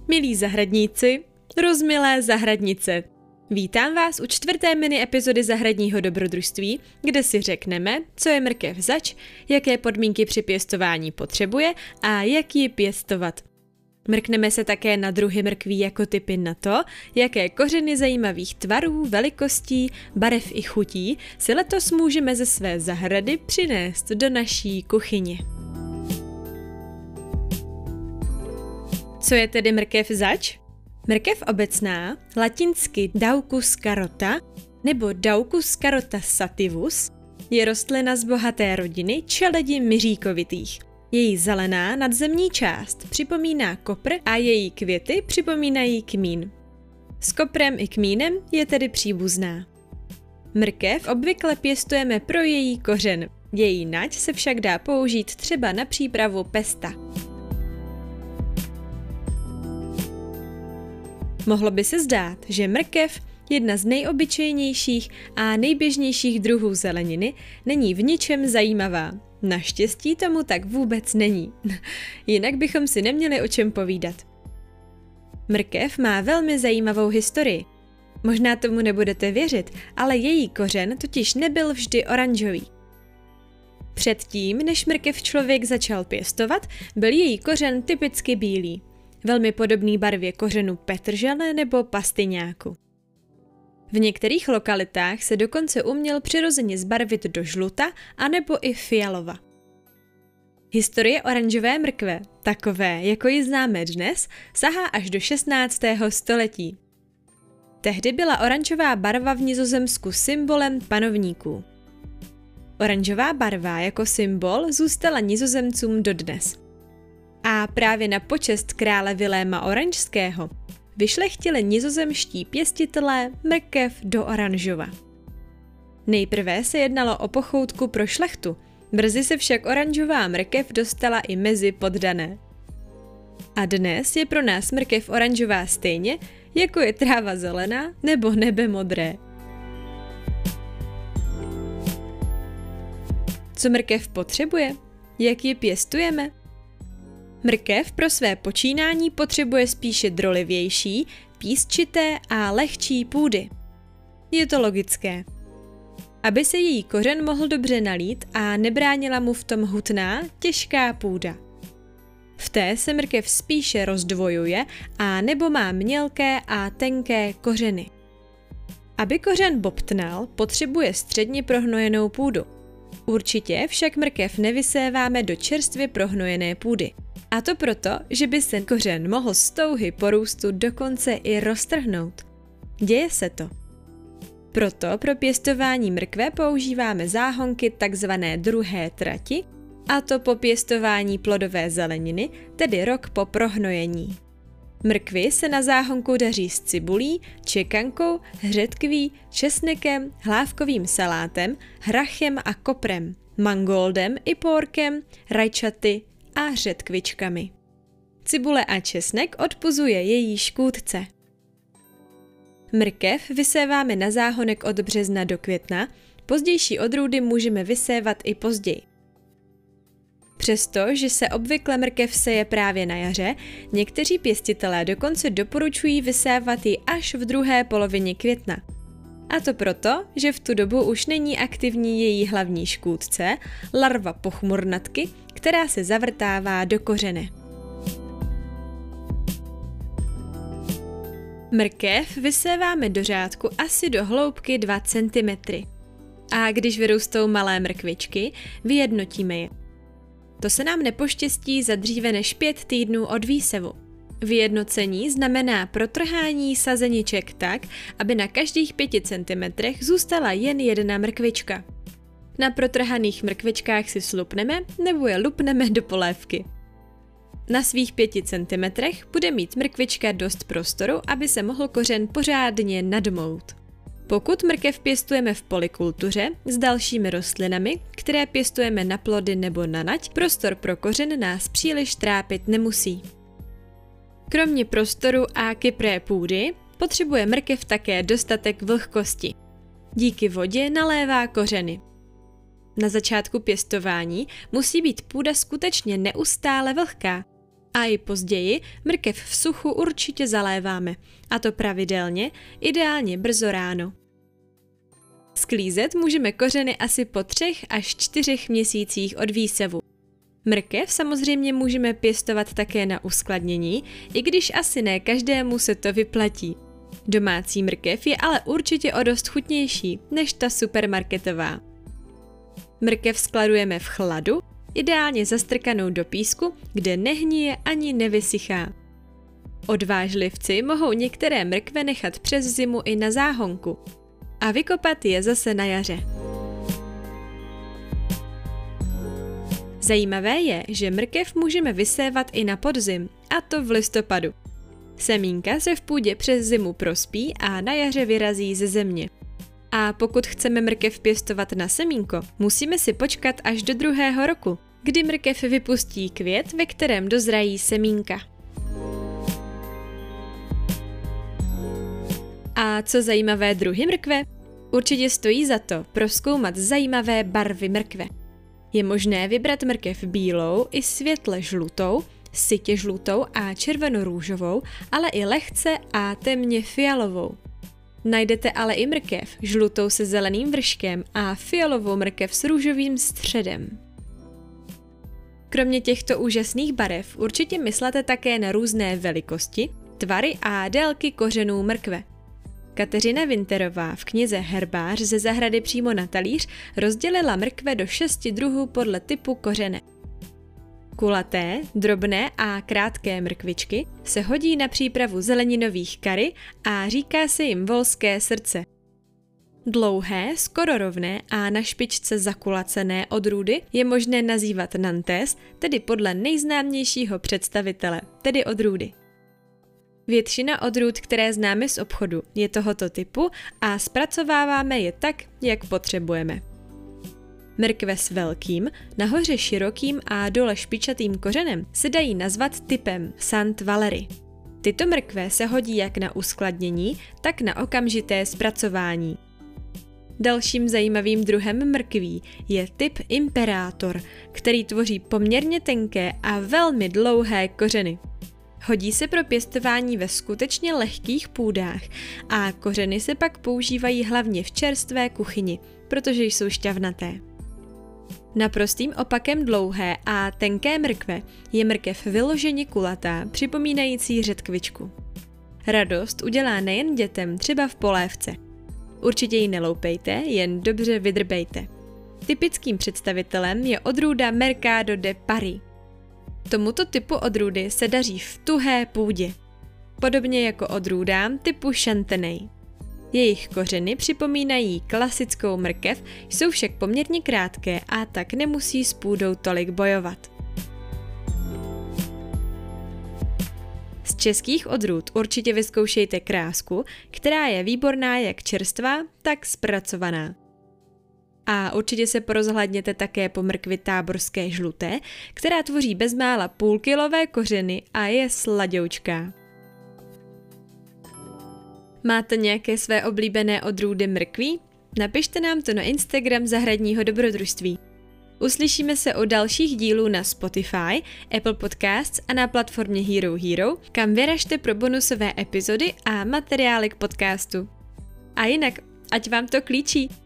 Milí zahradníci, rozmilé zahradnice, vítám vás u 4. mini epizody Zahradního dobrodružství, kde si řekneme, co je mrkev zač, jaké podmínky při pěstování potřebuje a jak ji pěstovat. Mrkneme se také na druhy mrkví jako tipy na to, jaké kořeny zajímavých tvarů, velikostí, barev i chutí si letos můžeme ze své zahrady přinést do naší kuchyně. Co je tedy mrkev zač? Mrkev obecná, latinsky Daucus carota nebo Daucus carota sativus, je rostlina z bohaté rodiny čeledi myříkovitých. Její zelená nadzemní část připomíná kopr a její květy připomínají kmín. S koprem i kmínem je tedy příbuzná. Mrkev obvykle pěstujeme pro její kořen, její nať se však dá použít třeba na přípravu pesta. Mohlo by se zdát, že mrkev, jedna z nejobyčejnějších a nejběžnějších druhů zeleniny, není v ničem zajímavá. Naštěstí tomu tak vůbec není. Jinak bychom si neměli o čem povídat. Mrkev má velmi zajímavou historii. Možná tomu nebudete věřit, ale její kořen totiž nebyl vždy oranžový. Předtím, než mrkev člověk začal pěstovat, byl její kořen typicky bílý. Velmi podobný barvě kořenu petržele nebo pastyňáku. V některých lokalitách se dokonce uměl přirozeně zbarvit do žluta anebo i fialova. Historie oranžové mrkve, takové, jako ji známe dnes, sahá až do 16. století. Tehdy byla oranžová barva v Nizozemsku symbolem panovníků. Oranžová barva jako symbol zůstala Nizozemcům dodnes. A právě na počest krále Viléma Oranžského vyšlechtili nizozemští pěstitelé mrkev do oranžova. Nejprve se jednalo o pochoutku pro šlechtu, brzy se však oranžová mrkev dostala i mezi poddané. A dnes je pro nás mrkev oranžová stejně, jako je tráva zelená nebo nebe modré. Co mrkev potřebuje? Jak ji pěstujeme? Mrkev pro své počínání potřebuje spíše drolivější, písčité a lehčí půdy. Je to logické. Aby se její kořen mohl dobře nalít a nebránila mu v tom hutná, těžká půda. V té se mrkev spíše rozdvojuje a nebo má mělké a tenké kořeny. Aby kořen bobtnal, potřebuje středně prohnojenou půdu. Určitě však mrkev nevyséváme do čerstvě prohnojené půdy. A to proto, že by se kořen mohl z touhy porůstu dokonce i roztrhnout. Děje se to. Proto pro pěstování mrkve používáme záhonky takzvané druhé trati, a to po pěstování plodové zeleniny, tedy rok po prohnojení. Mrkvi se na záhonku daří s cibulí, čekankou, hřetkví, česnekem, hlávkovým salátem, hrachem a koprem, mangoldem i pórkem, rajčaty a hřetkvičkami. Cibule a česnek odpuzuje její škůdce. Mrkev vyséváme na záhonek od března do května, pozdější odrůdy můžeme vysévat i později. Přesto, že se obvykle mrkev seje právě na jaře, někteří pěstitelé dokonce doporučují vysévat ji až v druhé polovině května. A to proto, že v tu dobu už není aktivní její hlavní škůdce, larva pochmurnatky, která se zavrtává do kořene. Mrkev vyséváme do řádku asi do hloubky 2 cm. A když vyrůstou malé mrkvičky, vyjednotíme je. To se nám nepoštěstí za dříve než 5 týdnů od výsevu. Vyjednocení znamená protrhání sazeniček tak, aby na každých 5 cm zůstala jen jedna mrkvička. Na protrhaných mrkvičkách si slupneme nebo je lupneme do polévky. Na svých 5 cm bude mít mrkvička dost prostoru, aby se mohl kořen pořádně nadmout. Pokud mrkev pěstujeme v polikultuře s dalšími rostlinami, které pěstujeme na plody nebo na nať, prostor pro kořen nás příliš trápit nemusí. Kromě prostoru a kypré půdy potřebuje mrkev také dostatek vlhkosti. Díky vodě nalévá kořeny. Na začátku pěstování musí být půda skutečně neustále vlhká. A i později mrkev v suchu určitě zaléváme, a to pravidelně, ideálně brzo ráno. Sklízet můžeme kořeny asi po 3 až 4 měsících od výsevu. Mrkev samozřejmě můžeme pěstovat také na uskladnění, i když asi ne každému se to vyplatí. Domácí mrkev je ale určitě o dost chutnější než ta supermarketová. Mrkev skladujeme v chladu, ideálně zastrkanou do písku, kde nehnije ani nevysychá. Odvážlivci mohou některé mrkve nechat přes zimu i na záhonku a vykopat je zase na jaře. Zajímavé je, že mrkev můžeme vysévat i na podzim, a to v listopadu. Semínka se v půdě přes zimu prospí a na jaře vyrazí ze země. A pokud chceme mrkev pěstovat na semínko, musíme si počkat až do 2. roku, kdy mrkev vypustí květ, ve kterém dozrají semínka. A co zajímavé druhy mrkve? Určitě stojí za to prozkoumat zajímavé barvy mrkve. Je možné vybrat mrkev bílou i světle žlutou, sytě žlutou a červeno-růžovou, ale i lehce a temně fialovou. Najdete ale i mrkev žlutou se zeleným vrškem a fialovou mrkev s růžovým středem. Kromě těchto úžasných barev určitě myslete také na různé velikosti, tvary a délky kořenů mrkve. Kateřina Winterová v knize Herbář ze zahrady přímo na talíř rozdělila mrkve do 6 druhů podle typu kořene. Kulaté, drobné a krátké mrkvičky se hodí na přípravu zeleninových kary a říká se jim volské srdce. Dlouhé, skoro rovné a na špičce zakulacené odrůdy je možné nazývat nantes, tedy podle nejznámějšího představitele, tedy odrůdy. Většina odrůd, které známe z obchodu, je tohoto typu a zpracováváme je tak, jak potřebujeme. Mrkve s velkým, nahoře širokým a dole špičatým kořenem se dají nazvat typem Sant Valery. Tyto mrkve se hodí jak na uskladnění, tak na okamžité zpracování. Dalším zajímavým druhem mrkví je typ Imperátor, který tvoří poměrně tenké a velmi dlouhé kořeny. Hodí se pro pěstování ve skutečně lehkých půdách a kořeny se pak používají hlavně v čerstvé kuchyni, protože jsou šťavnaté. Naprostým opakem dlouhé a tenké mrkve je mrkev vyloženě kulatá, připomínající řetkvičku. Radost udělá nejen dětem, třeba v polévce. Určitě ji neloupejte, jen dobře vydrbejte. Typickým představitelem je odrůda Mercado de Paris. Tomuto typu odrůdy se daří v tuhé půdě, podobně jako odrůdám typu Chantenay. Jejich kořeny připomínají klasickou mrkev, jsou však poměrně krátké a tak nemusí s půdou tolik bojovat. Z českých odrůd určitě vyzkoušejte krásku, která je výborná jak čerstvá, tak zpracovaná. A určitě se porozhlédněte také po mrkvi táborské žluté, která tvoří bezmála půlkilové kořeny a je sladoučká. Máte nějaké své oblíbené odrůdy mrkví? Napište nám to na Instagram Zahradního dobrodružství. Uslyšíme se u dalších dílů na Spotify, Apple Podcasts a na platformě Hero Hero, kam vyražte pro bonusové epizody a materiály k podcastu. A jinak, ať vám to klíčí!